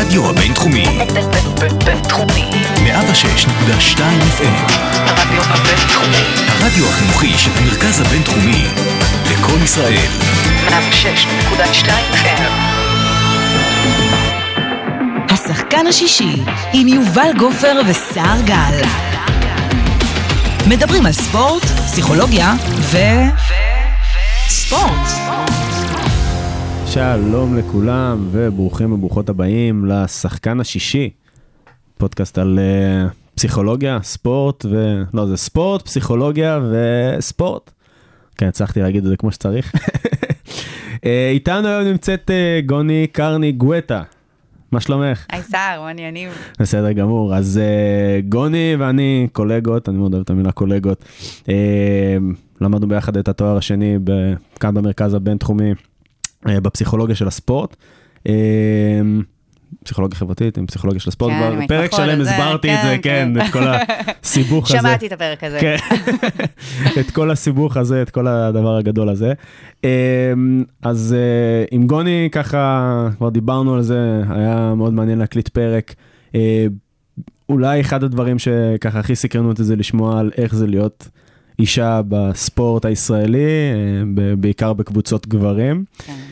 הרדיו הבינתחומי. בינתחומי. 106.2 FM. הרדיו הבינתחומי. הרדיו החינוכי של המרכז הבינתחומי. לקום ישראל. 106.2 FM. השחקן השישי עם יובל גופר וסער גל. מדברים על ספורט, פסיכולוגיה ספורט. שלום לכולם וברוכים וברוכות הבאים לשחקן השישי, פודקאסט על פסיכולוגיה, ספורט לא, זה ספורט, פסיכולוגיה וספורט. כן, הצלחתי להגיד את זה כמו שצריך. איתנו היום נמצאת גוני קרני גואטה. מה שלומך? היי סער, מה עניינים? בסדר גמור. אז גוני ואני קולגות, אני מאוד אוהב את המילה קולגות. למדנו ביחד את התואר השני כאן במרכז הבינתחומי בפסיכולוגיה של הספורט. פסיכולוגיה חברתית עם פסיכולוגיה של הספורט. בפרק שלם הסברתי את זה, כן, את כל הסיבוך הזה. שמעתי את הפרק הזה. את כל הסיבוך הזה, את כל הדבר הגדול הזה. אז עם גוני ככה, כבר דיברנו על זה, היה מאוד מעניין להקליט פרק. אולי אחד הדברים שככה הכי סקרנו את זה לשמוע על איך זה להיות אישה בספורט הישראלי, בעיקר בקבוצות גברים,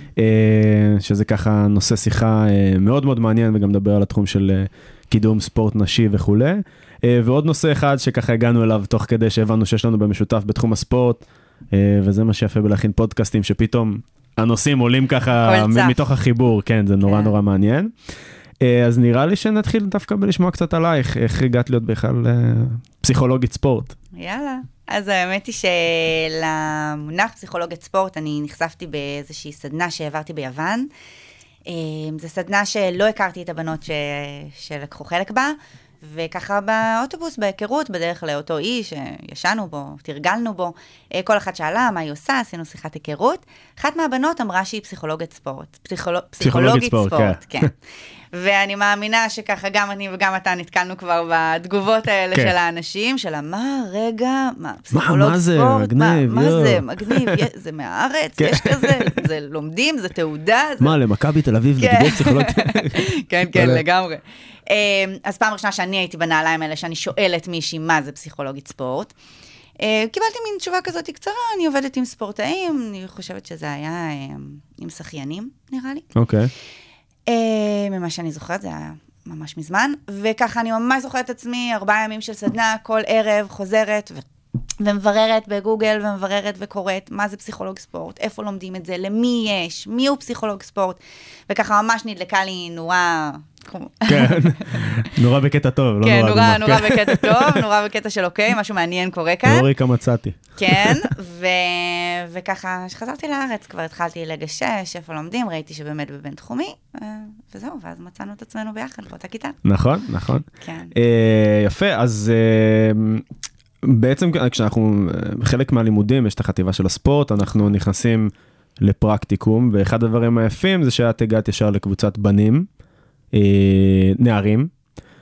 שזה ככה נושא שיחה מאוד מאוד מעניין, וגם מדבר על התחום של קידום ספורט נשי וכו'. ועוד נושא אחד שככה הגענו אליו תוך כדי שהבנו שיש לנו במשותף בתחום הספורט, וזה מה שיפה בלהכין פודקאסטים, שפתאום הנושאים עולים ככה מתוך החיבור, כן, זה נורא נורא מעניין. אז נראה לי שנתחיל דווקא בלשמוע קצת עלייך, איך הגעת להיות בכלל פסיכולוגית ספורט. יאללה. אז האמת היא שלמונח פסיכולוגית ספורט אני נחשפתי באיזושהי סדנה שהעברתי ביוון. זו סדנה שלא הכרתי את הבנות שלקחו חלק בה, וככה באוטובוס, בהיכרות, בדרך לאותו איש שישנו בו, תרגלנו בו, כל אחת שאלה מה היא עושה, עשינו שיחת היכרות. אחת מהבנות אמרה שהיא פסיכולוגית ספורט. פסיכולוגית ספורט, כן. ואני מאמינה שככה גם אני וגם אתה נתקלנו כבר בתגובות האלה של האנשים, של מה, רגע, מה, פסיכולוג ספורט, מה זה, מגניב, זה מהארץ, יש כזה, זה לומדים, זה תעודה. מה, למכבי תל אביב, לדיבור פסיכולוג? כן, כן, לגמרי. אז פעם ראשונה שאני הייתי בנעליים האלה, שאני שואלת מישהי מה זה פסיכולוגית ספורט, קיבלתי מין תשובה כזאת קצרה, אני עובדת עם ספורטאים, אני חושבת שזה היה עם שחיינים, נראה לי. אוקיי. ממה שאני זוכרת, זה היה ממש מזמן, וככה אני ממש זוכרת את עצמי, 4 ימים של סדנה, כל ערב חוזרת ומבררת בגוגל, ומבררת וקוראת, מה זה פסיכולוג ספורט, איפה לומדים את זה, למי יש, מי הוא פסיכולוג ספורט, וככה ממש נדלקה לי נורא... כן, נורא בקטע טוב. כן, נורא בקטע טוב, נורא בקטע של אוקיי, משהו מעניין קורה כאן. נורא מצאתי. כן, וככה, שחזרתי לארץ, כבר התחלתי לגשש, איפה לומדים, ראיתי שבאמת בבינתחומי, וזהו, ואז מצאנו את עצמנו ביחד, באותה כיתה. נכון, נכון. כן. יפה, אז בעצם כשאנחנו, חלק מהלימודים, יש את החטיבה של הספורט, אנחנו נכנסים לפרקטיקום, ואחד הדברים היפים זה שאת הגעת ישר לקבוצת בנים, נערים,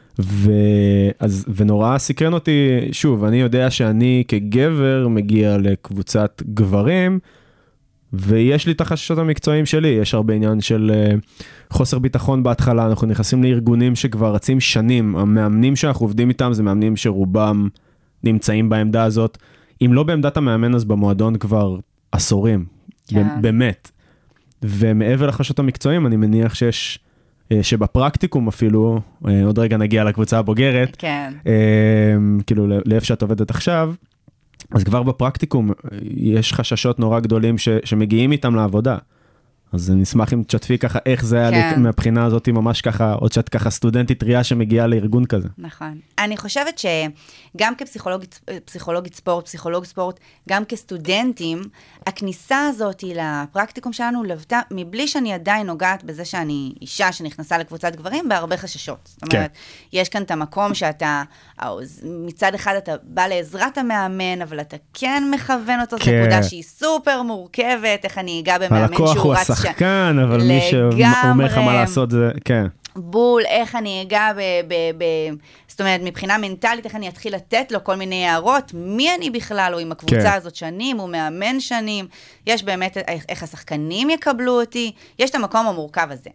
ונורא סקרן אותי, שוב, אני יודע שאני כגבר מגיע לקבוצת גברים, ויש לי את החששות המקצועיים שלי, יש הרבה עניין של חוסר ביטחון בהתחלה, אנחנו נכנסים לארגונים שכבר רצים שנים, המאמנים שאנחנו עובדים איתם זה מאמנים שרובם נמצאים בעמדה הזאת, אם לא בעמדת המאמן אז במועדון כבר עשורים, באמת, ומעבר לחששות המקצועיים אני מניח שיש שבפרקטיקום אפילו, עוד רגע נגיע לקבוצה הבוגרת, כן. כאילו לאיפה שאת עובדת עכשיו, אז כבר בפרקטיקום יש חששות נורא גדולים שמגיעים איתם לעבודה. אז נשמח אם תשתפי ככה איך זה היה מהבחינה הזאת ממש ככה, עוד שאת ככה סטודנטית טריה שמגיעה לארגון כזה. נכון. אני חושבת שגם כפסיכולוגית ספורט, פסיכולוג ספורט, גם כסטודנטים, הכניסה הזאת לפרקטיקום שלנו לבטה, מבלי שאני עדיין נוגעת בזה שאני אישה שנכנסה לקבוצת גברים, בהרבה חששות. זאת אומרת, יש כאן את המקום שאתה, מצד אחד אתה בא לעזרת המאמן, אבל אתה כן מכוון אותו, זו נקודה שהיא סופר מורכבת, איך אני אגע במאמן שהוא רץ שחקן, אבל מי שאומר לך מה לעשות זה, כן. בול, איך אני אגע זאת אומרת, מבחינה מנטלית, איך אני אתחיל לתת לו כל מיני הערות, מי אני בכלל, או עם הקבוצה הזאת שנים, הוא מאמן שנים, יש באמת איך השחקנים יקבלו אותי, יש את המקום המורכב הזה.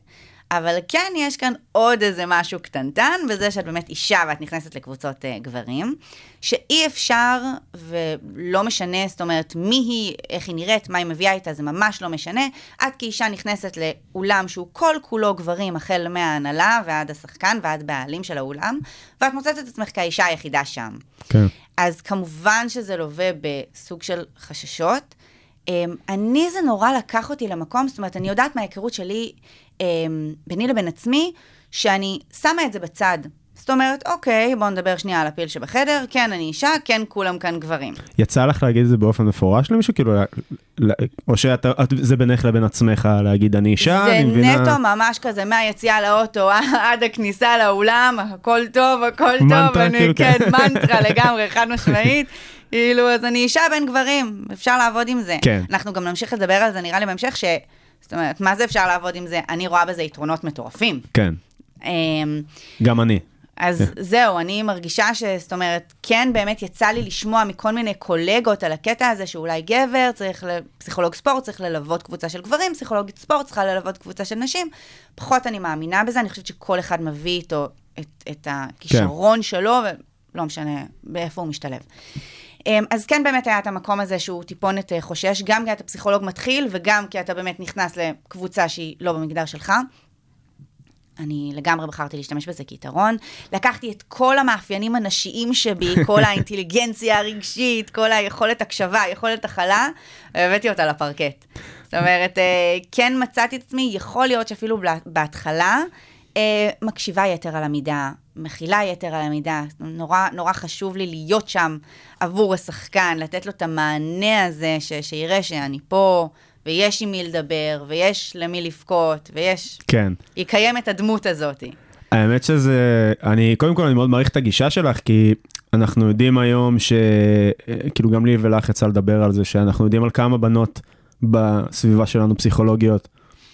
אבל כן יש כאן עוד איזה משהו קטנטן, בזה שאת באמת אישה ואת נכנסת לקבוצות גברים, שאי אפשר ולא משנה, זאת אומרת, מי היא, איך היא נראית, מה היא מביאה איתה, זה ממש לא משנה. את כאישה נכנסת לאולם שהוא כל כולו גברים, החל מההנהלה ועד השחקן ועד בעלים של האולם, ואת מוצאת את עצמך כאישה היחידה שם. כן. אז כמובן שזה לווה בסוג של חששות. אני זה נורא לקח אותי למקום, זאת אומרת, אני יודעת מההיכרות שלי, ביני לבין עצמי, שאני שמה את זה בצד. זאת אומרת, אוקיי, בואו נדבר שנייה על הפיל שבחדר, כן, אני אישה, כן, כולם כאן גברים. יצא לך להגיד את זה באופן מפורש למישהו? כאילו, או שזה בינך לבין עצמך להגיד, אני אישה, אני מבינה... זה נטו ממש כזה, מהיציאה לאוטו עד הכניסה לאולם, הכל טוב, הכל טוב. מנטרה, כאילו, כן, מנטרה לגמרי, חד משמעית. כאילו, אז אני אישה בין גברים, אפשר לעבוד עם זה. כן. אנחנו גם נמשיך לדבר על זה, נראה לי בהמשך, זאת אומרת, מה זה אפשר לעבוד עם זה? אני רואה בזה יתרונות מטורפים. כן. גם אני. אז זהו, אני מרגישה זאת אומרת, כן באמת יצא לי לשמוע מכל מיני קולגות על הקטע הזה, שאולי גבר, פסיכולוג ספורט צריך ללוות קבוצה של גברים, פסיכולוגית ספורט צריכה ללוות קבוצה של נשים. פחות אני מאמינה בזה, אני חושבת שכל אחד מביא איתו את הכישרון שלו, ולא משנה באיפה הוא משתלב. אז כן באמת היה את המקום הזה שהוא טיפונת חושש, גם כי אתה פסיכולוג מתחיל, וגם כי אתה באמת נכנס לקבוצה שהיא לא במגדר שלך. אני לגמרי בחרתי להשתמש בזה כיתרון. לקחתי את כל המאפיינים הנשיים שבי, כל האינטליגנציה הרגשית, כל היכולת הקשבה, יכולת הכלה, והבאתי אותה לפרקט. זאת אומרת, כן מצאתי את עצמי, יכול להיות שאפילו בהתחלה, מקשיבה יתר על המידה, מכילה יתר על המידה. נורא חשוב לי להיות שם עבור השחקן, לתת לו את המענה הזה, שיראה שאני פה, ויש עם מי לדבר, ויש למי לפקוט, ויש... כן. יקיים את הדמות הזאת. האמת שזה... קודם כל, אני מאוד מעריך את הגישה שלך, כי אנחנו יודעים היום כאילו גם לי ולך יצא לדבר על זה, שאנחנו יודעים על כמה בנות בסביבה שלנו פסיכולוגיות,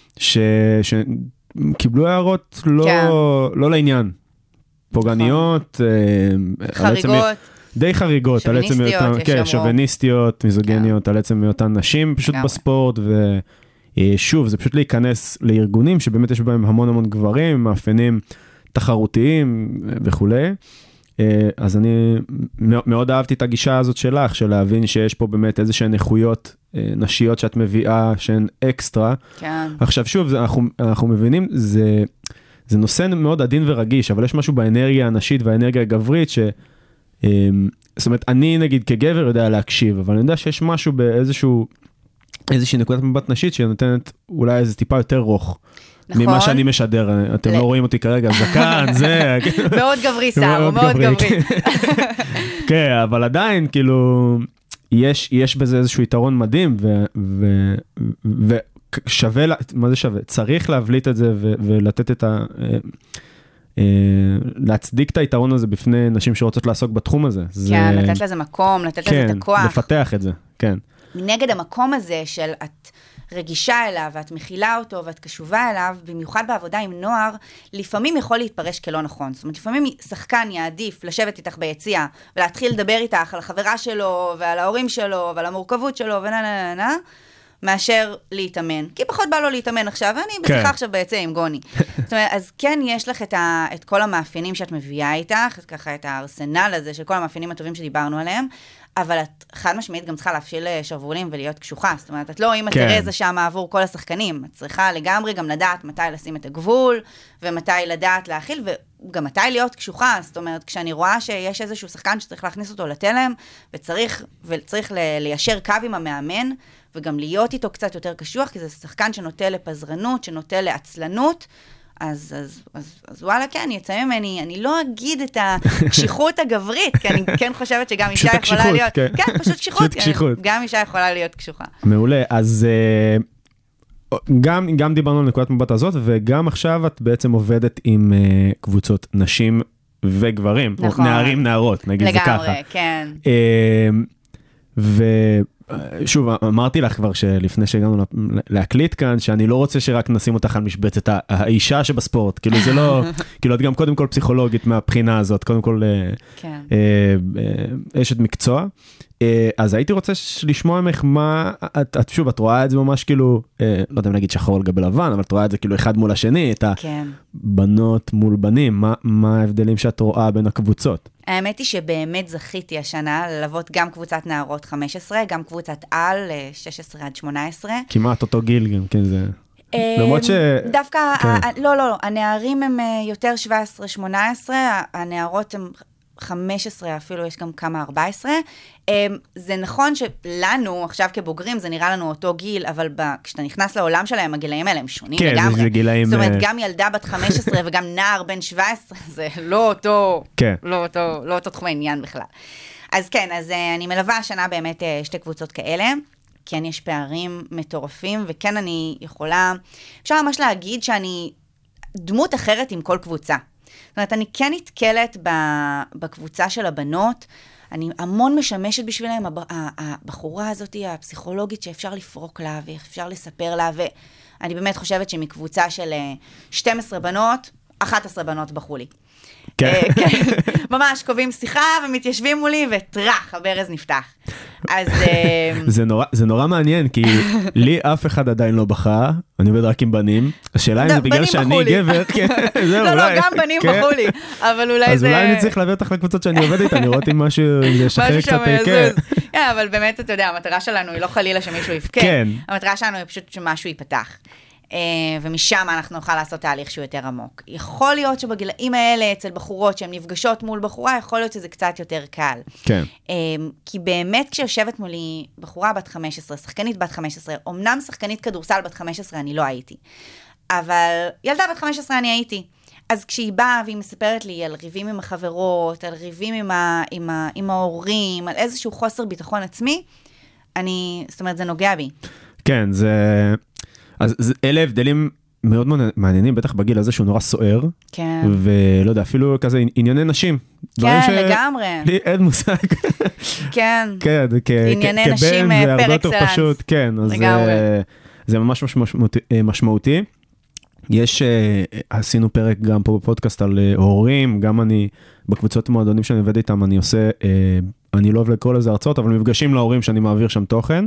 שקיבלו הערות לא לעניין. פוגעניות, חריגות. די חריגות, שוביניסטיות, מיזוגניות, על עצם מאותן נשים פשוט בספורט, ושוב, זה פשוט להיכנס לארגונים שבאמת יש בהם המון גברים, מאפיינים תחרותיים וכו'. אז אני מאוד אהבתי את הגישה הזאת שלך, של להבין שיש פה באמת איזושהי נכויות נשיות שאת מביאה, שהן אקסטרה. כן. עכשיו שוב, אנחנו מבינים, זה נושא מאוד עדין ורגיש, אבל יש משהו באנרגיה הנשית והאנרגיה הגברית זאת אומרת, אני נגיד כגבר יודע להקשיב, אבל אני יודע שיש משהו איזושהי נקודת מבט נשית שנותנת אולי איזה טיפה יותר רוך. נכון. ממה שאני משדר, אתם לא רואים אותי כרגע, זקן, זה... מאוד גברי שר, מאוד גברי. כן, אבל עדיין, כאילו, יש בזה איזשהו יתרון מדהים, ושווה, מה זה שווה? צריך להבליט את זה ולתת את להצדיק את היתרון הזה בפני נשים שרוצות לעסוק בתחום הזה. כן, לתת לזה מקום, לתת לזה את הכוח. כן, לפתח את זה, כן. מנגד המקום הזה של את רגישה אליו, ואת מכילה אותו, ואת קשובה אליו, במיוחד בעבודה עם נוער, לפעמים יכול להתפרש כלא נכון. זאת אומרת, לפעמים שחקן יעדיף לשבת איתך ביציאה, ולהתחיל לדבר איתך על החברה שלו, ועל ההורים שלו, ועל המורכבות שלו, מאשר להתאמן. כי פחות בא לו להתאמן עכשיו, ואני בשיחה עכשיו ביציאה עם גוני. זאת אומרת, אז כן יש לך את כל המאפיינים שאת מביאה איתך, ככה את הארסנל הזה של כל המאפיינים הטובים שדיברנו עליהם, אבל את חד משמעית גם צריכה להפשיל שרבולים ולהיות קשוחה. זאת אומרת, את לא רואים את תרזה שם עבור כל השחקנים. את צריכה לגמרי גם לדעת מתי לשים את הגבול, ומתי לדעת להכיל, וגם מתי להיות קשוחה. זאת אומרת, כשאני רואה שיש איזשהו שחקן שצריך להכניס אותו לתלם, וצריך ליישר קו עם המאמן, וגם להיות איתו קצת יותר קשוח, כי זה שחקן שנוטה לפזרנות, שנוטה לעצלנות, אז וואלה, כן, יצא ממני, אני לא אגיד את הקשיחות הגברית, כי אני כן חושבת שגם אישה יכולה להיות... כן, פשוט קשיחות. גם אישה יכולה להיות קשוחה. מעולה, אז גם דיברנו על נקודת מבט הזאת, וגם עכשיו את בעצם עובדת עם קבוצות נשים וגברים, או נערים, נערות, נגיד זה ככה. לגמרי, כן. ושוב, אמרתי לך כבר שלפני שהגענו להקליט כאן, שאני לא רוצה שרק נשים אותך על משבצת האישה שבספורט, כאילו זה לא, כאילו את גם קודם כל פסיכולוגית מהבחינה הזאת, קודם כל אשת מקצוע, אז הייתי רוצה לשמוע ממך מה, שוב, את רואה את זה ממש כאילו, לא יודע אם נגיד שחור על גבי לבן, אבל את רואה את זה כאילו אחד מול השני, את הבנות מול בנים, מה ההבדלים שאת רואה בין הקבוצות? האמת היא שבאמת זכיתי השנה ללוות גם קבוצת נערות 15, גם קבוצת על 16 עד 18. כמעט אותו גיל גם, כן, זה... למרות ש... דווקא, לא, הנערים הם יותר 17-18, הנערות הם 15, אפילו יש גם כמה 14. זה נכון שלנו, עכשיו כבוגרים, זה נראה לנו אותו גיל, אבל כשאתה נכנס לעולם שלהם, הגילאים האלה הם שונים לגמרי. כן, זה גילאים... זאת אומרת, גם ילדה בת 15 וגם נער בן 17, זה לא אותו תחום העניין בכלל. אז כן, אז אני מלווה השנה באמת שתי קבוצות כאלה, כן יש פערים מטורפים, וכן אני יכולה, אפשר ממש להגיד שאני דמות אחרת עם כל קבוצה. זאת אומרת, אני כן נתקלת בקבוצה של הבנות, אני המון משמשת בשבילהם, הבחורה הזאת היא הפסיכולוגית שאפשר לפרוק לה, ואפשר לספר לה, ואני באמת חושבת שמקבוצה של 12 בנות, 11 בנות בחרו לי. כן. ממש קובעים שיחה ומתיישבים מולי וטרח, הברז נפתח. אז... זה נורא מעניין, כי לי אף אחד עדיין לא בחר, אני עובד רק עם בנים, השאלה אם זה בגלל שאני גבר, לא, גם בנים בחרו לי, אבל אולי זה... אז אולי אני צריך להביא אותך לקבוצות שאני עובד איתן, לראות אם משהו ישחרר קצת, כן. אבל באמת, אתה יודע, המטרה שלנו היא לא חלילה שמישהו יפקד, המטרה שלנו היא פשוט שמשהו ייפתח. ומשם אנחנו נוכל לעשות תהליך שהוא יותר עמוק. יכול להיות שבגילאים האלה, אצל בחורות שהן נפגשות מול בחורה, יכול להיות שזה קצת יותר קל. כן. כי באמת כשיושבת מולי בחורה בת 15, שחקנית בת 15, אמנם שחקנית כדורסל בת 15 אני לא הייתי, אבל ילדה בת 15 אני הייתי. אז כשהיא באה והיא מספרת לי על ריבים עם החברות, על ריבים עם ההורים, על איזשהו חוסר ביטחון עצמי, זאת אומרת, זה נוגע בי. כן, אז אלה הבדלים מאוד מעניינים, בטח בגיל הזה שהוא נורא סוער. כן. ולא יודע, אפילו כזה ענייני נשים. כן, לגמרי. לי אין מושג. כן. כן, ענייני נשים פר אקסלנס. כן, אז זה ממש משמעותי. עשינו פרק גם פה בפודקאסט על הורים, גם אני, בקבוצות המועדונים שאני עובד איתם, אני עושה, אני לא אוהב לקרוא לזה הרצאות, אבל מפגשים להורים שאני מעביר שם תוכן,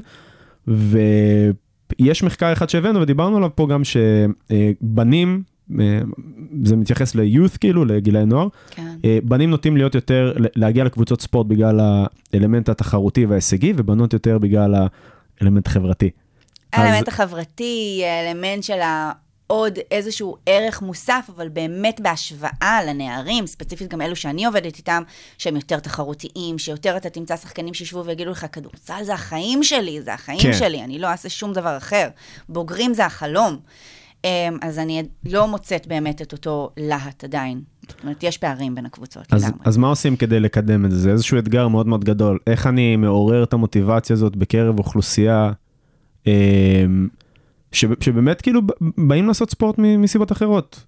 יש מחקר אחד שהבאנו ודיברנו עליו פה גם שבנים, זה מתייחס ל-youth כאילו, לגילי נוער, כן. בנים נוטים להיות יותר, להגיע לקבוצות ספורט בגלל האלמנט התחרותי וההישגי, ובנות יותר בגלל האלמנט החברתי. האלמנט החברתי, האלמנט של עוד איזשהו ערך מוסף, אבל באמת בהשוואה לנערים, ספציפית גם אלו שאני עובדת איתם, שהם יותר תחרותיים, שיותר אתה תמצא שחקנים שישבו ויגידו לך, כדורסל זה החיים שלי, זה החיים כן. שלי, אני לא אעשה שום דבר אחר. בוגרים זה החלום. אז אני לא מוצאת באמת את אותו להט עדיין. זאת אומרת, יש פערים בין הקבוצות. אז מה עושים כדי לקדם את זה? זה איזשהו אתגר מאוד מאוד גדול. איך אני מעורר את המוטיבציה הזאת בקרב אוכלוסייה שבאמת כאילו באים לעשות ספורט מסיבות אחרות,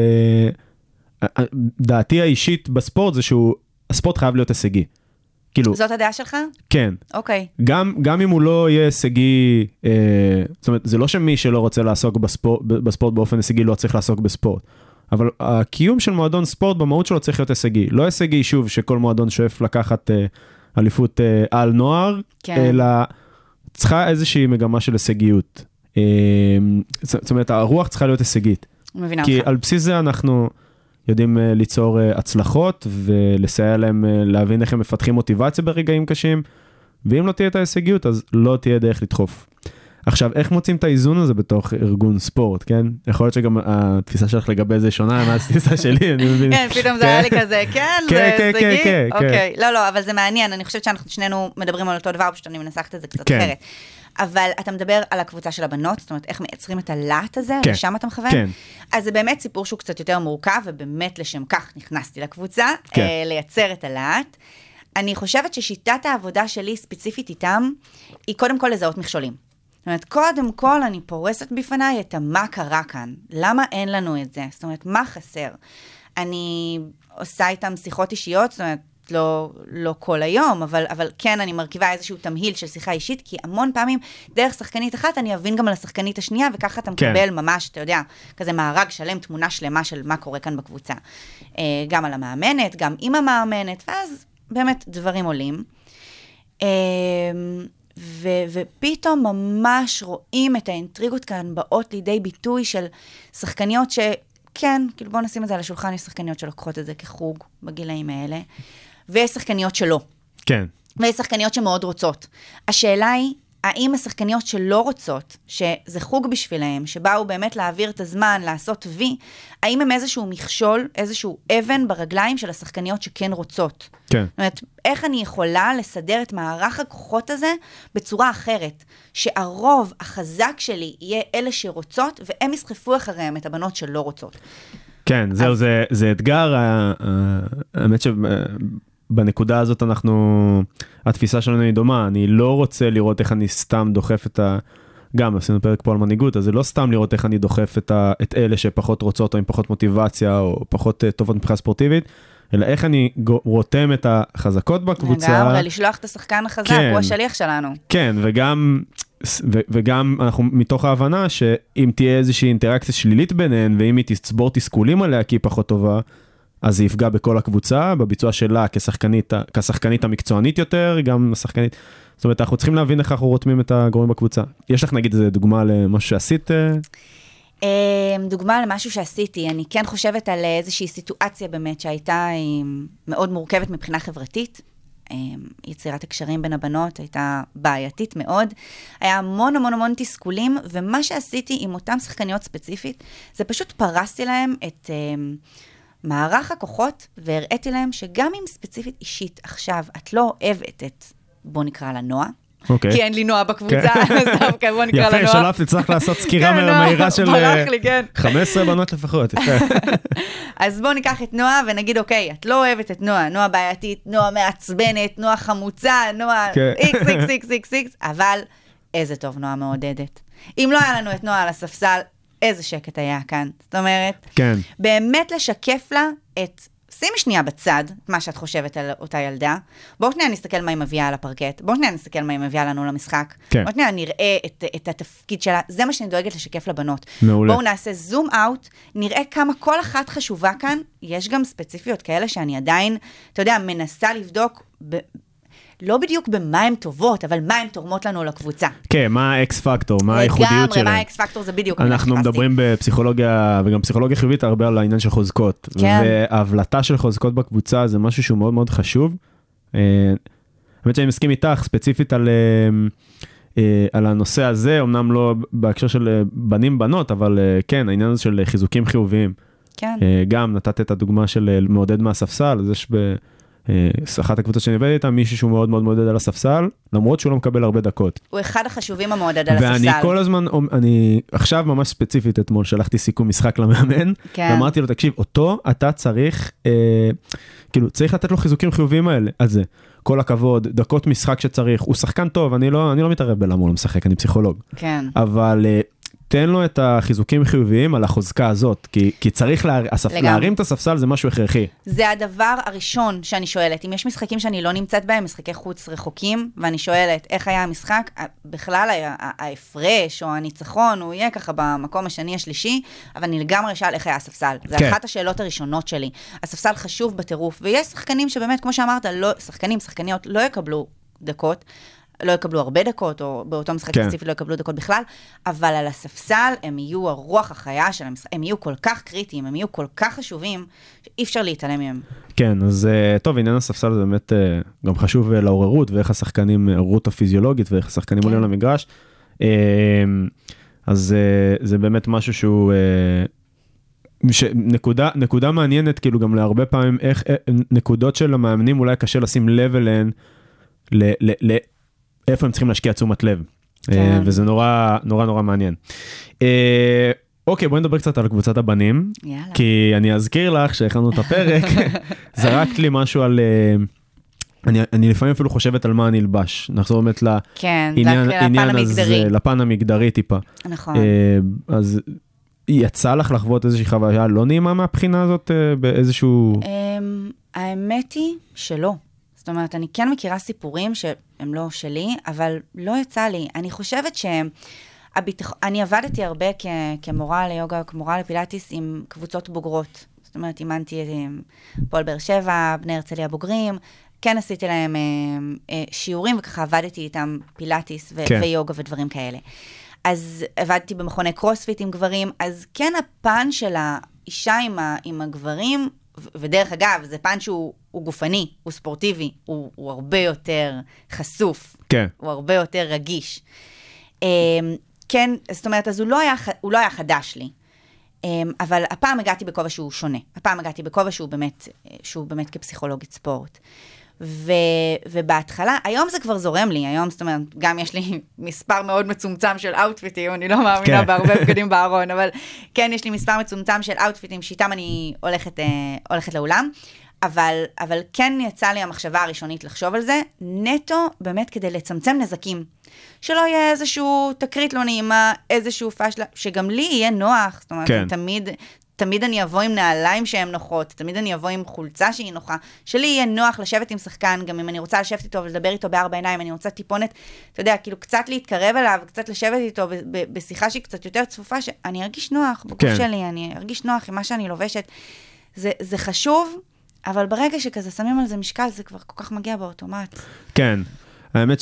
ודעתי האישית בספורט זה הספורט חייב להיות הישגי. כאילו, זאת הדעה שלך? כן. אוקיי. גם אם הוא לא יהיה הישגי, זאת אומרת, זה לא שמי שלא רוצה לעסוק בספורט באופן הישגי לא צריך לעסוק בספורט, אבל הקיום של מועדון ספורט במהות שלו צריך להיות הישגי. לא הישגי שוב שכל מועדון שואף לקחת אליפות על נוער, כן. אלא צריכה איזושהי מגמה של הישגיות. זאת אומרת, הרוח צריכה להיות הישגית. כי על בסיס זה אנחנו יודעים ליצור הצלחות ולסייע להם להבין איך הם מפתחים מוטיבציה ברגעים קשים, ואם לא תהיה את ההישגיות, אז לא תהיה דרך לדחוף. עכשיו, איך מוצאים את האיזון הזה בתוך ארגון ספורט, כן? יכול להיות שגם התפיסה שלך לגבי זה שונה מהתפיסה שלי, אני מבין. כן, פתאום זה היה לי כזה, כן, זה הישגי? אוקיי, לא, אבל זה מעניין, אני חושבת שאנחנו שנינו מדברים על אותו דבר, פשוט אני מנסחת את זה קצת אחרת. אבל אתה מדבר על הקבוצה של הבנות, זאת אומרת, איך מייצרים את הלהט הזה, לשם אתה מכוון? כן. אז זה באמת סיפור שהוא קצת יותר מורכב, ובאמת לשם כך נכנסתי לקבוצה, לייצר את הלהט. אני חושבת ששיטת העבודה שלי ספציפית איתם, היא קודם כל לזהות מכשולים. זאת אומרת, קודם כל אני פורסת בפניי את מה קרה כאן, למה אין לנו את זה, זאת אומרת, מה חסר. אני עושה איתם שיחות אישיות, זאת אומרת, לא כל היום, אבל כן אני מרכיבה איזשהו תמהיל של שיחה אישית, כי המון פעמים דרך שחקנית אחת אני אבין גם על השחקנית השנייה, וככה אתה מקבל ממש, אתה יודע, כזה מארג שלם, תמונה שלמה של מה קורה כאן בקבוצה. גם על המאמנת, גם עם המאמנת, ואז באמת דברים עולים. ופתאום ממש רואים את האינטריגות כאן באות לידי ביטוי של שחקניות שכן, כאילו בואו נשים את זה על השולחן, יש שחקניות שלוקחות את זה כחוג בגילאים האלה, ויש שחקניות שלא. כן. ויש שחקניות שמאוד רוצות. השאלה היא, האם השחקניות שלא רוצות, שזה חוג בשבילהם, שבאו באמת להעביר את הזמן, לעשות וי, האם הם איזשהו מכשול, איזשהו אבן ברגליים של השחקניות שכן רוצות? כן. זאת אומרת, איך אני יכולה לסדר את מערך הכוחות הזה בצורה אחרת, שהרוב החזק שלי יהיה אלה שרוצות, והם יסחפו אחריהם את הבנות שלא רוצות. כן, זהו, זה אתגר, האמת בנקודה הזאת התפיסה שלנו היא דומה, אני לא רוצה לראות איך אני סתם דוחף גם עשינו פרק פה על מנהיגות, אז זה לא סתם לראות איך אני דוחף את אלה שפחות רוצות, או עם פחות מוטיבציה, או פחות טובות מבחינה ספורטיבית, אלא איך אני רותם את החזקות בקבוצה. לגמרי, לשלוח את השחקן החזק, כן, הוא השליח שלנו. כן, וגם אנחנו מתוך ההבנה שאם תהיה איזושהי אינטראקציה שלילית ביניהן, ואם היא תצבור תסכולים עליה כי היא פחות טובה, אז זה יפגע בכל הקבוצה, בביצוע שלה כשחקנית המקצוענית יותר, גם השחקנית. זאת אומרת, אנחנו צריכים להבין איך אנחנו רותמים את הגורמים בקבוצה. יש לך נגיד איזה דוגמה למשהו שעשית? דוגמה למשהו שעשיתי. אני כן חושבת על איזושהי סיטואציה באמת שהייתה מאוד מורכבת מבחינה חברתית. יצירת הקשרים בין הבנות הייתה בעייתית מאוד. היה המון המון המון תסכולים, ומה שעשיתי עם אותם שחקניות ספציפית, זה פשוט פרסתי להם את מערך הכוחות, והראיתי להם שגם אם ספציפית אישית עכשיו, את לא אוהבת את, בוא נקרא לה נועה, כי אין לי נועה בקבוצה, אז דווקא בוא נקרא לה נועה. יפה, שלפתי, צריך לעשות סקירה מהירה של 15 בנות לפחות. אז בוא ניקח את נועה ונגיד, אוקיי, את לא אוהבת את נועה, נועה בעייתית, נועה מעצבנת, נועה חמוצה, נועה XXXXX, אבל איזה טוב נועה מעודדת. אם לא היה לנו את נועה על הספסל, איזה שקט היה כאן. זאת אומרת, כן. באמת לשקף לה את, שימי שנייה בצד, מה שאת חושבת על אותה ילדה, בואו שנייה נסתכל מה היא מביאה על הפרקט, בואו שנייה נסתכל מה היא מביאה לנו למשחק, כן. בואו שנייה נראה את התפקיד שלה, זה מה שאני דואגת לשקף לבנות. מעולה. בואו נעשה זום אאוט, נראה כמה כל אחת חשובה כאן, יש גם ספציפיות כאלה שאני עדיין, אתה יודע, מנסה לבדוק לא בדיוק במה הן טובות, אבל מה הן תורמות לנו לקבוצה. כן, מה האקס פקטור, מה הייחודיות שלהם. מה האקס פקטור זה בדיוק. אנחנו מדברים בפסיכולוגיה, וגם פסיכולוגיה חיובית, הרבה על העניין של חוזקות. כן. וההבלטה של חוזקות בקבוצה זה משהו שהוא מאוד מאוד חשוב. האמת שאני מסכים איתך, ספציפית על הנושא הזה, אמנם לא בהקשר של בנים בנות, אבל כן, העניין הזה של חיזוקים חיוביים. כן. גם נתת את הדוגמה של מעודד מהספסל, אז יש אחת הקבוצות שאני עובד איתה, מישהו שהוא מאוד מאוד מעודד על הספסל, למרות שהוא לא מקבל הרבה דקות. הוא אחד החשובים המעודד על הספסל. ואני כל הזמן, אני עכשיו ממש ספציפית אתמול, שלחתי סיכום משחק למאמן, ואמרתי לו, תקשיב, אותו אתה צריך, כאילו, צריך לתת לו חיזוקים חיוביים האלה, על זה. כל הכבוד, דקות משחק שצריך, הוא שחקן טוב, אני לא מתערב בלמה הוא לא משחק, אני פסיכולוג. כן. אבל תן לו את החיזוקים חיוביים על החוזקה הזאת, כי צריך להרים את הספסל, זה משהו הכרחי. זה הדבר הראשון שאני שואלת. אם יש משחקים שאני לא נמצאת בהם, משחקי חוץ רחוקים, ואני שואלת איך היה המשחק, בכלל ההפרש או הניצחון, הוא יהיה ככה במקום השני השלישי, אבל אני לגמרי אשאל איך היה הספסל. זה אחת השאלות הראשונות שלי. הספסל חשוב בטירוף, ויש שחקנים שבאמת, כמו שאמרת, שחקניות לא יקבלו דקות, לא יקבלו הרבה דקות, או באותו משחק ספציפי לא יקבלו דקות בכלל, אבל על הספסל הם יהיו הרוח החיה של המשחק, הם יהיו כל כך קריטיים, הם יהיו כל כך חשובים, שאי אפשר להתעלם מהם. כן, אז טוב, עניין הספסל זה באמת גם חשוב לעוררות, ואיך השחקנים, עוררות הפיזיולוגית, ואיך השחקנים עולים למגרש. אז זה באמת משהו שהוא נקודה מעניינת, כאילו גם להרבה פעמים, איך נקודות של המאמנים אולי קשה לשים לב אליהן, איפה הם צריכים להשקיע תשומת לב. וזה נורא נורא נורא מעניין. אוקיי, בואי נדבר קצת על קבוצת הבנים, כי אני אזכיר לך שהכנו את הפרק, זרקת לי משהו על, אני לפעמים אפילו חושבת על מה אני אלבש, נחזור באמת לעניין הזה, לפן המגדרי טיפה. נכון. אז יצא לך לחוות איזושהי חוויה לא נעימה מהבחינה הזאת באיזשהו... האמת היא שלא. זאת אומרת, אני כן מכירה סיפורים שהם לא שלי, אבל לא יצא לי. אני חושבת אני עבדתי הרבה כמורה ליוגה, כמורה לפילאטיס עם קבוצות בוגרות. זאת אומרת, אימנתי פועל באר שבע, בני הרצליה בוגרים, כן עשיתי להם שיעורים, וככה עבדתי איתם פילאטיס ויוגה ודברים כאלה. אז עבדתי במכוני קרוספיט עם גברים, אז כן הפן של האישה עם הגברים, ודרך אגב, זה פן שהוא גופני, הוא ספורטיבי, הוא הרבה יותר חשוף, כן. הוא הרבה יותר רגיש. כן, זאת אומרת, אז הוא לא היה חדש לי. אבל הפעם הגעתי בכובע שהוא שונה. הפעם הגעתי בכובע שהוא באמת כפסיכולוגית ספורט. ובהתחלה, היום זה כבר זורם לי, היום, זאת אומרת, גם יש לי מספר מאוד מצומצם של אאוטפיטים, אני לא מאמינה בהרבה בגדים בארון, אבל כן, יש לי מספר מצומצם של אאוטפיטים, שאיתם אני הולכת לאולם, אבל כן יצא לי המחשבה הראשונית לחשוב על זה, נטו באמת כדי לצמצם נזקים. שלא יהיה איזשהו תקרית לא נעימה, איזשהו פשלה, שגם לי יהיה נוח, זאת אומרת, כן. תמיד אני אבוא עם נעליים שהן נוחות, תמיד אני אבוא עם חולצה שהיא נוחה, שלי יהיה נוח לשבת עם שחקן, גם אם אני רוצה לשבת איתו ולדבר איתו בארבע עיניים, אני רוצה טיפונת, אתה יודע, כאילו קצת להתקרב אליו, קצת לשבת איתו בשיחה שהיא קצת יותר צפופה, שאני ארגיש נוח בגוף כן. שלי, אני ארגיש נוח עם מה שאני לובשת. זה חשוב, אבל ברגע שכזה שמים על זה משקל, זה כבר כל כך מגיע באוטומט. כן, האמת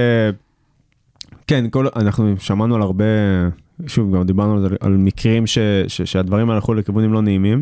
כן, אנחנו שמענו על הרבה, שוב, גם דיברנו על זה, על מקרים שהדברים הלכו לכיוונים לא נעימים,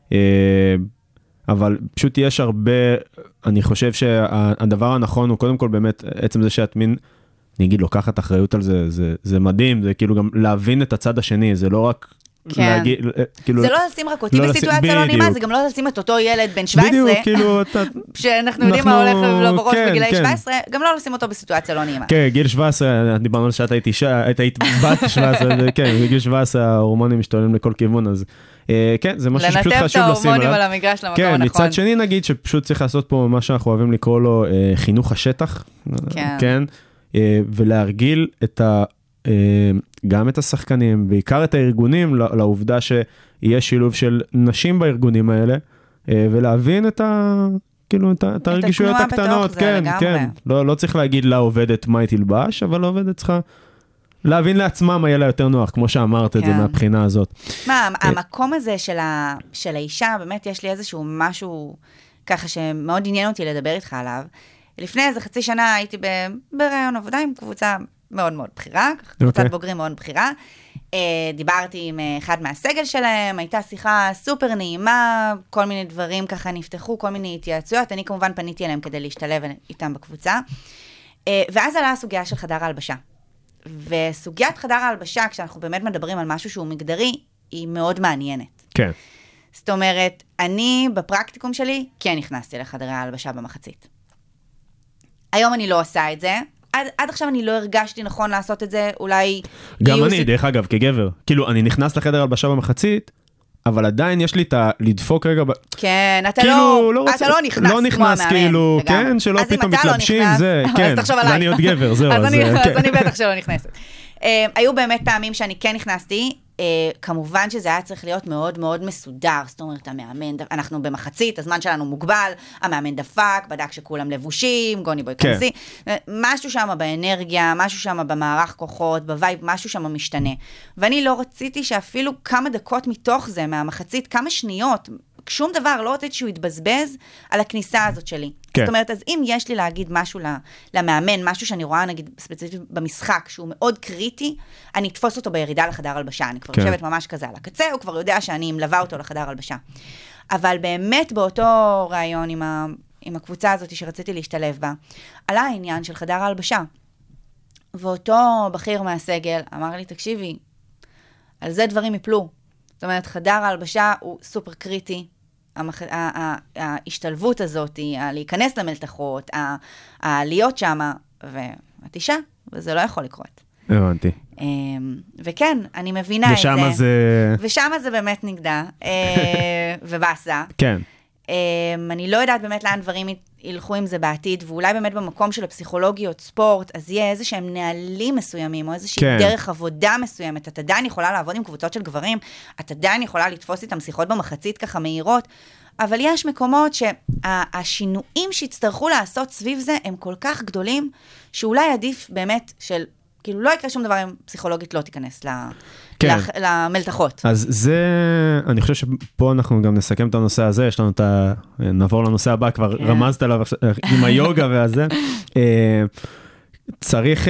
אבל פשוט יש הרבה, אני חושב שהדבר הנכון הוא קודם כל באמת, עצם זה שאת מין, אני אגיד, לוקחת אחריות על זה, זה מדהים, זה כאילו גם להבין את הצד השני, זה לא רק כן. זה לא לשים רק אותי בסיטואציה לא נעימה, זה גם לא לשים את אותו ילד בן 17, בדיוק, כאילו, שאנחנו יודעים מה הולך לו בראש בגילי 17, גם לא לשים אותו בסיטואציה לא נעימה. כן, גיל 17, דיברנו על שאת היית בת 17, כן, בגיל 17 ההורמונים משתוללים לכל כיוון, אז כן, זה משהו שפשוט חשוב לשים עליו. לנתב את ההורמונים על המגרש למקום הנכון. כן, מצד שני נגיד שפשוט צריך לעשות פה מה שאנחנו אוהבים לקרוא לו חינוך השטח, כן, ולהרגיל גם את השחקנים, בעיקר את הארגונים, לעובדה שיהיה שילוב של נשים בארגונים האלה, ולהבין את הרגישויות הקטנות, כן, כן. לא צריך להגיד לעובדת מה היא תלבש, אבל לעובדת צריכה להבין לעצמה מה יהיה לה יותר נוח, כמו שאמרת את זה מהבחינה הזאת. מה, המקום הזה של האישה, באמת יש לי איזשהו משהו ככה שמאוד עניין אותי לדבר איתך עליו. לפני איזה חצי שנה הייתי ברעיון עבודה עם קבוצה מאוד מאוד בחירה, קבוצת בוגרים מאוד בחירה. דיברתי עם אחד מהסגל שלהם, הייתה שיחה סופר נעימה, כל מיני דברים ככה נפתחו, כל מיני התייעצויות, אני כמובן פניתי אליהם כדי להשתלב איתם בקבוצה. ואז עלה הסוגיה של חדר ההלבשה. וסוגיית חדר ההלבשה, כשאנחנו באמת מדברים על משהו שהוא מגדרי, היא מאוד מעניינת. כן. זאת אומרת, אני בפרקטיקום שלי כן נכנסתי לחדרי ההלבשה במחצית. היום אני לא עושה את זה, עד עכשיו אני לא הרגשתי נכון לעשות את זה, אולי... גם אני, דרך אגב, כגבר. כאילו, אני נכנס לחדר הלבשה במחצית, אבל עדיין יש לי את לדפוק רגע... כן, אתה לא נכנס לא נכנס, כאילו, כן, שלא פתאום מתלבשים, זה, כן, ואני עוד גבר, זהו. אז אני בטח שלא נכנסת. היו באמת פעמים שאני כן נכנסתי, כמובן שזה היה צריך להיות מאוד מאוד מסודר, זאת אומרת, המאמן, אנחנו במחצית, הזמן שלנו מוגבל, המאמן דפק, בדק שכולם לבושים, גוני בוי כנסי, משהו שם באנרגיה, משהו שם במערך כוחות, בווייב, משהו שם משתנה. ואני לא רציתי שאפילו כמה דקות מתוך זה, מהמחצית, כמה שניות, שום דבר, לא רציתי שהוא יתבזבז על הכניסה הזאת שלי. כן. זאת אומרת, אז אם יש לי להגיד משהו למאמן, משהו שאני רואה, נגיד, ספציפית במשחק, שהוא מאוד קריטי, אני אתפוס אותו בירידה לחדר הלבשה. אני כבר יושבת ממש כזה על הקצה, הוא כבר יודע שאני מלווה אותו לחדר הלבשה. אבל באמת באותו רעיון עם הקבוצה הזאת שרציתי להשתלב בה, עלה העניין של חדר ההלבשה. ואותו בכיר מהסגל אמר לי, תקשיבי, על זה דברים יפלו. זאת אומרת, חדר ההלבשה הוא סופר קריטי, ההשתלבות הזאת, להיכנס למלתחות, להיות שמה, ואת אישה, וזה לא יכול לקרות. הבנתי. וכן, אני מבינה את זה. ושמה זה באמת נגדה, ובאסה. כן. אני לא יודעת באמת לאן דברים ילכו עם זה בעתיד, ואולי באמת במקום של הפסיכולוגיות ספורט, אז יהיה איזה שהם נהלים מסוימים, או איזושהי דרך עבודה מסוימת. את עדיין יכולה לעבוד עם קבוצות של גברים, את עדיין יכולה לתפוס איתם שיחות במחצית ככה מהירות, אבל יש מקומות שהשינויים שיצטרכו לעשות סביב זה, הם כל כך גדולים, שאולי עדיף באמת של כאילו לא יקרה שום דבר אם פסיכולוגית לא תיכנס כן. למלתחות. אז זה, אני חושב שפה אנחנו גם נסכם את הנושא הזה, יש לנו נעבור לנושא הבא, כבר רמזת עליו עם היוגה והזה. צריך,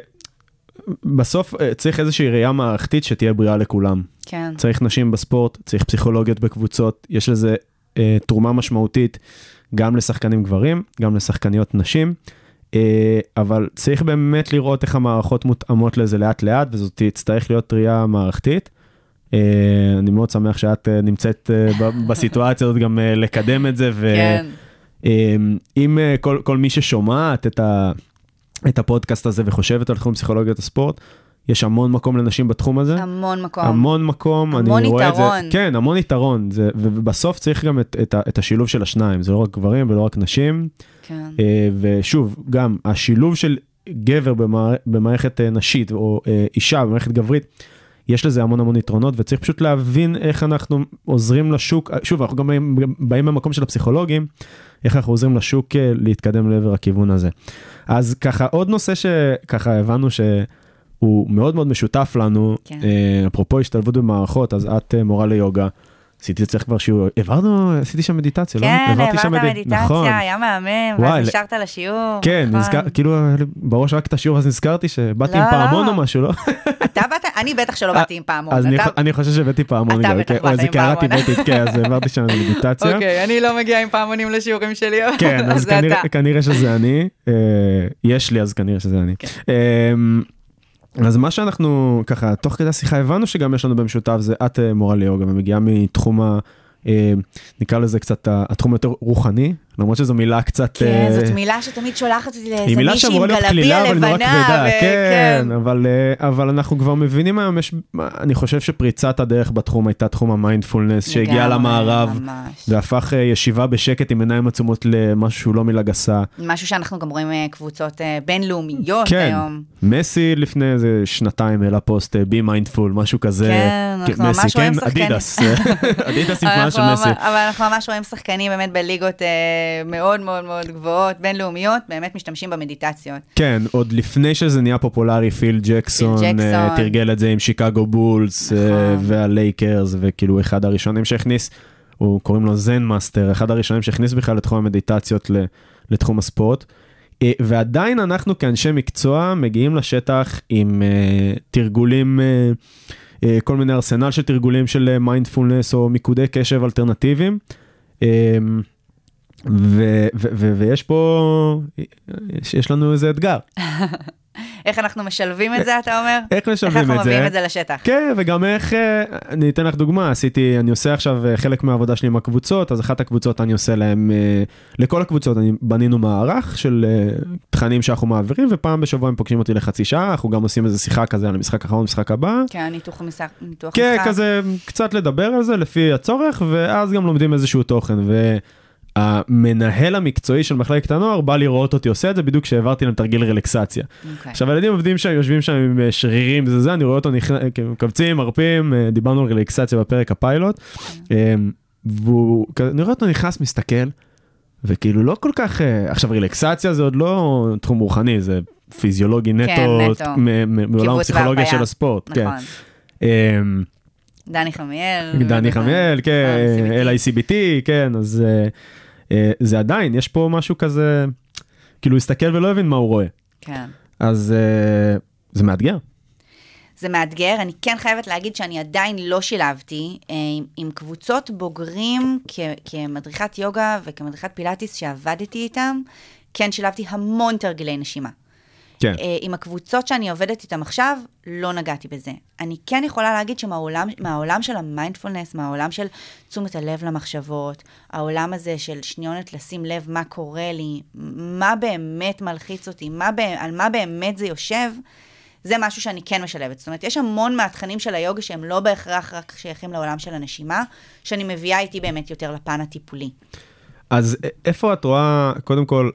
בסוף צריך איזושהי ראייה מערכתית שתהיה בריאה לכולם. כן. צריך נשים בספורט, צריך פסיכולוגיות בקבוצות, יש לזה תרומה משמעותית גם לשחקנים גברים, גם לשחקניות נשים, אבל צריך באמת לראות איך המערכות מותאמות לזה לאט לאט, וזאת תצטרך להיות ראייה מערכתית. אני מאוד שמח שאת נמצאת בסיטואציה הזאת גם לקדם את זה, ואם כל מי ששומעת את הפודקאסט הזה וחושבת על תחום פסיכולוגיות הספורט, יש המון מקום לנשים בתחום הזה. המון מקום. המון מקום. המון יתרון. כן, המון יתרון. ובסוף צריך גם את השילוב של השניים. זה לא רק גברים ולא רק נשים. כן. ושוב, גם השילוב של גבר במערכת נשית, או אישה במערכת גברית, יש לזה המון יתרונות, וצריך פשוט להבין איך אנחנו עוזרים לשוק, שוב, אנחנו גם באים במקום של הפסיכולוגים, איך אנחנו עוזרים לשוק להתקדם לעבר הכיוון הזה. אז ככה, עוד נושא שככה הבנו שהוא מאוד מאוד משותף לנו, אפרופו השתלבות במערכות, אז את מורה ליוגה, עשיתי אצלך כבר שיעור, עשיתי שם מדיטציה, לא? כן, העברת מדיטציה, היה מהמם, ואז נשארת לשיעור. כן, כאילו בראש רק את השיעור, אז נזכרתי שבאתי עם פעמון או משהו, לא? אתה באת, אני בטח שלא באתי עם פעמון. אז אני חושב שהבאתי פעמון. אתה בטח באת עם פעמון. כן, אז העברתי שם מדיטציה. אוקיי, אני לא מגיעה עם פעמונים לשיעורים שלי. כן, אז כנראה שזה אני. יש לי, אז כנראה שזה אני. אז מה שאנחנו ככה, תוך כדי השיחה הבנו שגם יש לנו במשותף, זה את מורה ליוגה, ומגיעה מתחום נקרא לזה קצת התחום יותר רוחני, למרות שזו מילה קצת... כן, זאת מילה שתמיד שולחת אותי לאיזה היא מילה שאמורה להיות כלילה, אבל נורא כבדה, כן, אבל אנחנו כבר מבינים היום, אני חושב שפריצת הדרך בתחום הייתה תחום המיינדפולנס, שהגיע למערב, והפך ישיבה בשקט עם עיניים עצומות למשהו שהוא לא מילה גסה. משהו שאנחנו גם רואים קבוצות בינלאומיות היום. מסי לפני איזה שנתיים העלה פוסט, בי מיינדפול, משהו כזה. כן, אנחנו ממש רואים שחקנים. אדידס עם תנועה של מסי. אבל אנחנו ממש רואים שחקנים באמת בליגות מאוד מאוד מאוד גבוהות, בינלאומיות, באמת משתמשים במדיטציות. כן, עוד לפני שזה נהיה פופולרי, פיל ג'קסון תרגל את זה עם שיקגו בולס והלייקרס, וכאילו אחד הראשונים שהכניס, הוא קוראים לו זן מאסטר, אחד הראשונים שהכניס בכלל לתחום המדיטציות לתחום הספורט, ועדיין אנחנו כאנשי מקצוע מגיעים לשטח עם תרגולים, כל מיני ארסנל של תרגולים של מיינדפולנס או מיקודי קשב אלטרנטיביים, ויש פה, יש לנו איזה אתגר. איך אנחנו משלבים את זה, אתה אומר? איך משלבים את זה? איך אנחנו מביאים את זה לשטח? כן, וגם איך, אני אתן לך דוגמה, אני עושה עכשיו חלק מהעבודה שלי עם הקבוצות, אז אחת הקבוצות אני עושה להם, לכל הקבוצות בנינו מערך של תכנים שאנחנו מעבירים, ופעם בשבוע הם פוגשים אותי לחצי שעה, אנחנו גם עושים איזו שיחה כזה על המשחק האחרון, המשחק הבא. כן, ניתוח משחק. כן, כזה קצת לדבר על זה לפי הצורך, ואז גם לומדים איזשהו תוכן, המנהל המקצועי של מחלקת הנוער בא לראות אותי עושה את זה בדיוק כשהעברתי להם תרגיל רלקסציה. עכשיו הילדים עובדים שם, יושבים שם עם שרירים, זה, אני רואה אותו קבצים, מרפים, דיברנו על רלקסציה בפרק הפיילוט, ואני רואה אותו נכנס, מסתכל, וכאילו לא כל כך, עכשיו רלקסציה זה עוד לא תחום רוחני, זה פיזיולוגי נטו, מעולם הפסיכולוגיה של הספורט. דני חמיאל. דני חמיאל, כן, LICBT, כן, אז זה עדיין, יש פה משהו כזה, כאילו הסתכל ולא הבין מה הוא רואה. כן. אז זה מאתגר. זה מאתגר, אני כן חייבת להגיד שאני עדיין לא שילבתי עם קבוצות בוגרים כמדריכת יוגה וכמדריכת פילאטיס שעבדתי איתם, כן שילבתי המון תרגילי נשימה. כן. עם הקבוצות שאני עובדת איתם עכשיו, לא נגעתי בזה. אני כן יכולה להגיד שמהעולם של המיינדפולנס, מהעולם של תשומת הלב למחשבות, העולם הזה של שניונת לשים לב מה קורה לי, מה באמת מלחיץ אותי, על מה באמת זה יושב, זה משהו שאני כן משלבת. זאת אומרת, יש המון מהתכנים של היוגה שהם לא בהכרח רק שייכים לעולם של הנשימה, שאני מביאה איתי באמת יותר לפן הטיפולי. אז איפה את רואה, קודם כל,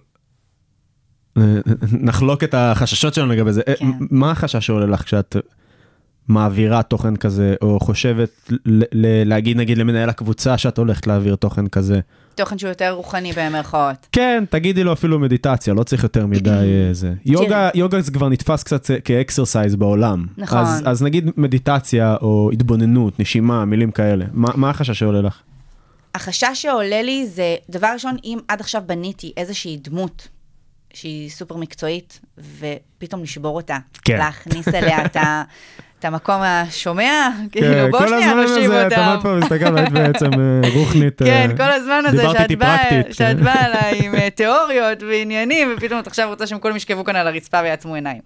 נחלוק את החששות שלנו לגבי זה. מה החשש שעולה לך כשאת מעבירה תוכן כזה, או חושבת להגיד נגיד למנהל הקבוצה שאת הולכת להעביר תוכן כזה? תוכן שהוא יותר רוחני במרכאות. כן, תגידי לו אפילו מדיטציה, לא צריך יותר מדי זה. יוגה זה כבר נתפס קצת כאקסרסייז בעולם. נכון. אז נגיד מדיטציה או התבוננות, נשימה, מילים כאלה. מה החשש שעולה לך? החשש שעולה לי זה, דבר ראשון, אם עד עכשיו בניתי איזושהי דמות שהיא סופר מקצועית, ופתאום לשבור אותה. כן. להכניס אליה את המקום השומע, כאילו בוא שנייה נושיב אותם. אתה עמד פה מסתכל, היית בעצם רוחנית. כן, כל הזמן הזה שאת דיברתי באה אליי עם תיאוריות ועניינים, ופתאום את עכשיו רוצה שהם כולם ישכבו כאן על הרצפה ויעצמו עיניים.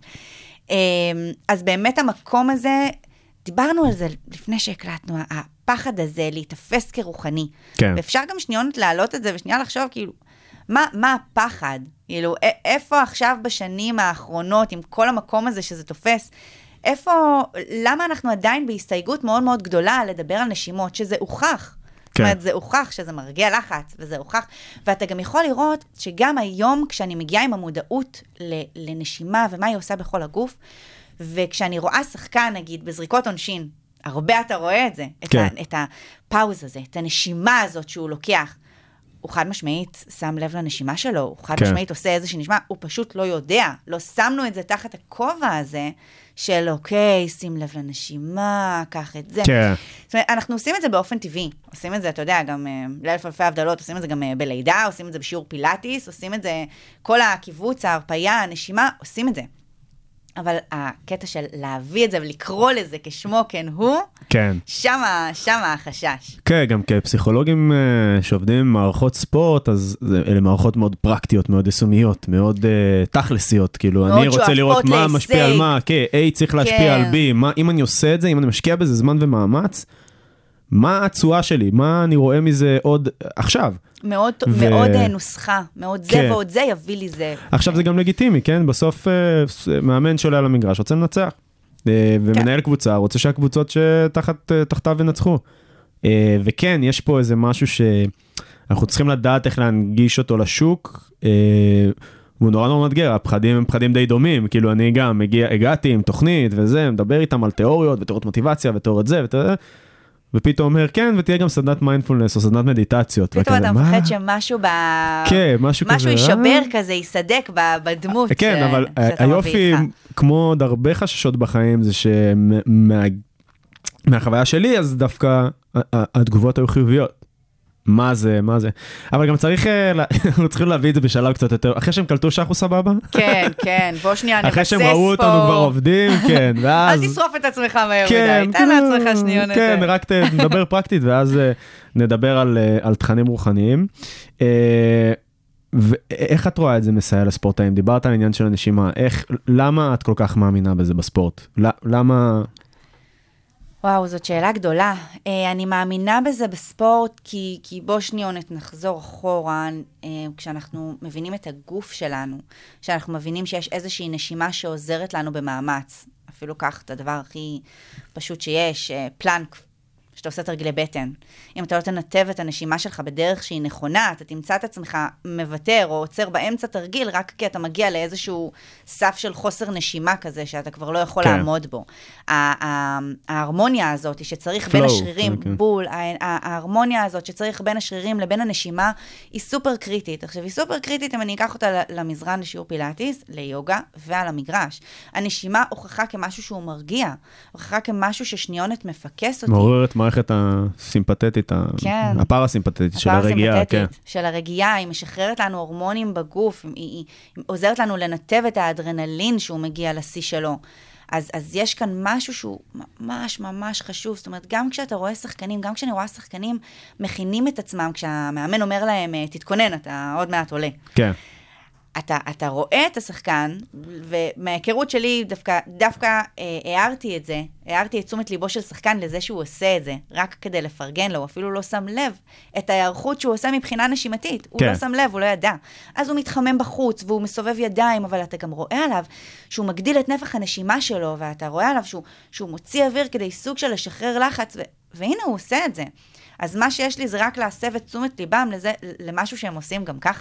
אז באמת המקום הזה, דיברנו על זה לפני שהקלטנו, הפחד הזה להתאפס כרוחני. כן. ואפשר גם שניונת להעלות את זה, ושנייה לחשוב כאילו, מה הפחד? כאילו, איפה עכשיו בשנים האחרונות, עם כל המקום הזה שזה תופס, למה אנחנו עדיין בהסתייגות מאוד מאוד גדולה לדבר על נשימות, שזה הוכח. זאת אומרת, זה הוכח שזה מרגיע לחץ, וזה הוכח. ואתה גם יכול לראות שגם היום, כשאני מגיעה עם המודעות לנשימה, ומה היא עושה בכל הגוף, וכשאני רואה שחקן, נגיד, בזריקות עונשין, הרבה אתה רואה את זה, את הפאוז הזה, את הנשימה הזאת שהוא לוקח. הוא חד משמעית שם לב לנשימה שלו, הוא חד משמעית עושה איזושהי נשימה, הוא פשוט לא יודע, לא שמנו את זה תחת הכובע הזה, של אוקיי, שים לב לנשימה, קח את זה. זאת אומרת, אנחנו עושים את זה באופן טבעי, עושים את זה, אתה יודע, גם לאלף אלפי הבדלות, עושים את זה גם בלידה, עושים את זה בשיעור פילאטיס, עושים את זה, כל הקיבוץ, ההרפיה, הנשימה, עושים את זה. אבל הקטע של להביא את זה ולקרוא לזה כשמו כן הוא, כן. שמה החשש. כן, גם כפסיכולוגים שעובדים עם מערכות ספורט, אז אלה מערכות מאוד פרקטיות, מאוד יישומיות, מאוד תכלסיות, כאילו, אני רוצה לראות מה משפיע על מה, כן, A צריך להשפיע על B, אם אני עושה את זה, אם אני משקיע בזה זמן ומאמץ, מה התשואה שלי, מה אני רואה מזה עוד עכשיו? מאוד נוסחה, מאוד זה ועוד זה יביא לי זה. עכשיו זה גם לגיטימי, כן? בסוף מאמן שעולה על המגרש רוצה לנצח. ומנהל קבוצה רוצה שהקבוצות שתחתיו ינצחו. וכן, יש פה איזה משהו שאנחנו צריכים לדעת איך להנגיש אותו לשוק. הוא נורא נורא מדגר, הפחדים הם פחדים די דומים. כאילו אני גם הגעתי עם תוכנית וזה, מדבר איתם על תיאוריות ותיאוריות מוטיבציה ותיאוריות זה ותיאוריות זה. ופתאום אומר, כן, ותהיה גם סדנת מיינדפולנס או סדנת מדיטציות. פתאום אתה מפחד שמשהו משהו יישבר כזה, ייסדק בדמות. כן, אבל היופי, כמו עוד הרבה חששות בחיים, זה שמהחוויה שלי, אז דווקא התגובות היו חיוביות. מה זה? אבל גם אנחנו צריכים להביא את זה בשלב קצת יותר, אחרי שהם קלטו שאנחנו סבבה? כן, בוא שנייה נבסס פה. אחרי שהם ראו אותנו כבר עובדים, כן, ואז... אל תשרוף את עצמך מהר מדי, תן לעצמך שניון את זה. כן, רק נדבר פרקטית, ואז נדבר על תכנים רוחניים. ואיך את רואה את זה מסייע לספורטאים? דיברת על העניין של הנשימה, למה את כל כך מאמינה בזה בספורט? למה... וואו, זאת שאלה גדולה. אני מאמינה בזה בספורט, כי בוא שניונת נחזור אחורה, כשאנחנו מבינים את הגוף שלנו, שאנחנו מבינים שיש איזושהי נשימה שעוזרת לנו במאמץ. אפילו כך, את הדבר הכי פשוט שיש, פלנק, שאתה עושה תרגילי בטן. אם אתה לא תנתב את הנשימה שלך בדרך שהיא נכונה, אתה תמצא את עצמך מוותר או עוצר באמצע תרגיל, רק כי אתה מגיע לאיזשהו סף של חוסר נשימה כזה, שאתה כבר לא יכול לעמוד בו. ההרמוניה הזאת שצריך בין השרירים, בול, ההרמוניה הזאת שצריך בין השרירים לבין הנשימה, היא סופר קריטית. עכשיו, היא סופר קריטית אם אני אקח אותה למזרן לשיעור פילאטיס, ליוגה ועל המגרש. הנשימה הוכחה כמשהו שהוא מרגיע, הוכחה כמשהו ששניונת מפקס אותי. מעוררת מערכת הסימפתטית, הפרסימפתטית של הרגיעה. של הרגיעה, היא משחררת לנו הורמונים בגוף, היא עוזרת לנו לנתב את האדרנלין שהוא מגיע לשיא שלו. אז יש כאן משהו שהוא ממש ממש חשוב, זאת אומרת, גם כשאתה רואה שחקנים, גם כשאני רואה שחקנים מכינים את עצמם, כשהמאמן אומר להם, תתכונן, אתה עוד מעט עולה. כן. אתה רואה את השחקן, ומההיכרות שלי דווקא הערתי את תשומת ליבו של שחקן לזה שהוא עושה את זה, רק כדי לפרגן לו, הוא אפילו לא שם לב את ההיערכות שהוא עושה מבחינה נשימתית, הוא לא שם לב, הוא לא ידע. אז הוא מתחמם בחוץ, והוא מסובב ידיים, אבל אתה גם רואה עליו שהוא מגדיל את נפח הנשימה שלו, ואתה רואה עליו שהוא מוציא אוויר כדי סוג של לשחרר לחץ, והנה הוא עושה את זה. אז מה שיש לי זה רק להסב את תשומת ליבם למשהו שהם עושים גם ככה.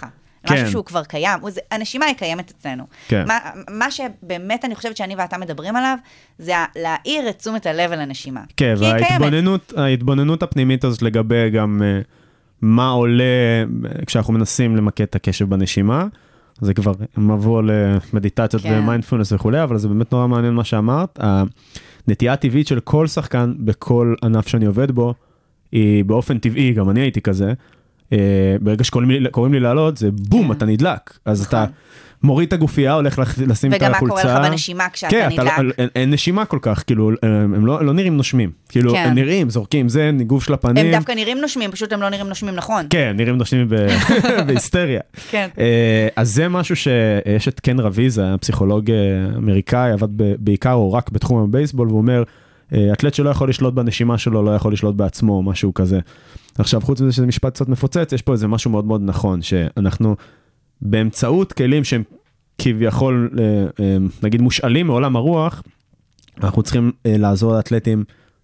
משהו כן. שהוא כבר קיים, הנשימה היא קיימת אצלנו. כן. מה שבאמת אני חושבת שאני ואתה מדברים עליו, זה להעיר את תשומת הלב על הנשימה. כן, כי היא קיימת. וההתבוננות הפנימית הזאת לגבי גם מה עולה כשאנחנו מנסים למקד את הקשב בנשימה, זה כבר מבוא למדיטציות כן. ומיינדפולנס וכו', אבל זה באמת נורא מעניין מה שאמרת. הנטייה הטבעית של כל שחקן בכל ענף שאני עובד בו, היא באופן טבעי, גם אני הייתי כזה, ברגע שקוראים לי לעלות, זה בום, אתה נדלק. אז אתה מוריד את הגופייה, הולך לשים את החולצה. וגם מה קורה לך בנשימה כשאתה נדלק. אין נשימה כל כך, כאילו, הם לא נראים נושמים. כאילו, הם נראים, זורקים, זה ניגוב של הפנים. הם דווקא נראים נושמים, פשוט הם לא נראים נושמים נכון. כן, נראים נושמים בהיסטריה. כן. אז זה משהו שיש את קן רביז, הפסיכולוג אמריקאי, עבד בעיקר או רק בתחום הבייסבול, והוא אומר, אתלט שלא יכול לשלוט בנשימה שלו, לא יכול לשלוט בעצמו, משהו כזה. עכשיו, חוץ מזה שזה משפט קצת מפוצץ, יש פה איזה משהו מאוד מאוד נכון, שאנחנו באמצעות כלים שהם כביכול, נגיד, מושאלים מעולם הרוח, אנחנו צריכים לעזור לאתלטים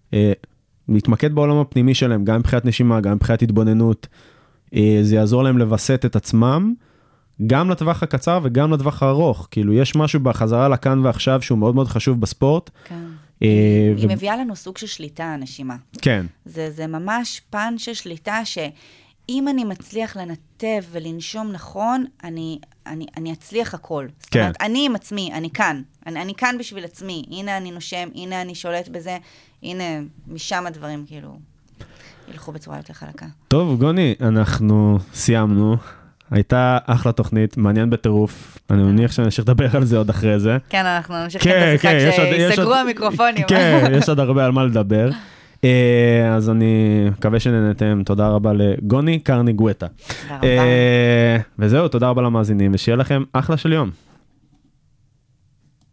להתמקד בעולם הפנימי שלהם, גם מבחינת נשימה, גם מבחינת התבוננות, זה יעזור להם לבסט את עצמם, גם לטווח הקצר וגם לטווח הארוך, כאילו יש משהו בחזרה לכאן ועכשיו שהוא מאוד מאוד חשוב בספורט. כן. היא מביאה לנו סוג של שליטה, הנשימה. כן. זה ממש פן של שליטה שאם אני מצליח לנתב ולנשום נכון, אני אצליח הכל. זאת כן. אומרת, אני עם עצמי, אני כאן. אני כאן בשביל עצמי. הנה אני נושם, הנה אני שולט בזה, הנה משם הדברים כאילו ילכו בצורה יותר חלקה. טוב, גוני, אנחנו סיימנו. הייתה אחלה תוכנית, מעניין בטירוף. אני מניח שנמשיך לדבר על זה עוד אחרי זה. כן, אנחנו נמשיך את השיחה כשיסגרו המיקרופונים. כן, יש עוד הרבה על מה לדבר. אז אני מקווה שנהנתם. תודה רבה לגוני קרני גואטה. תודה רבה. וזהו, תודה רבה למאזינים, ושיהיה לכם אחלה של יום.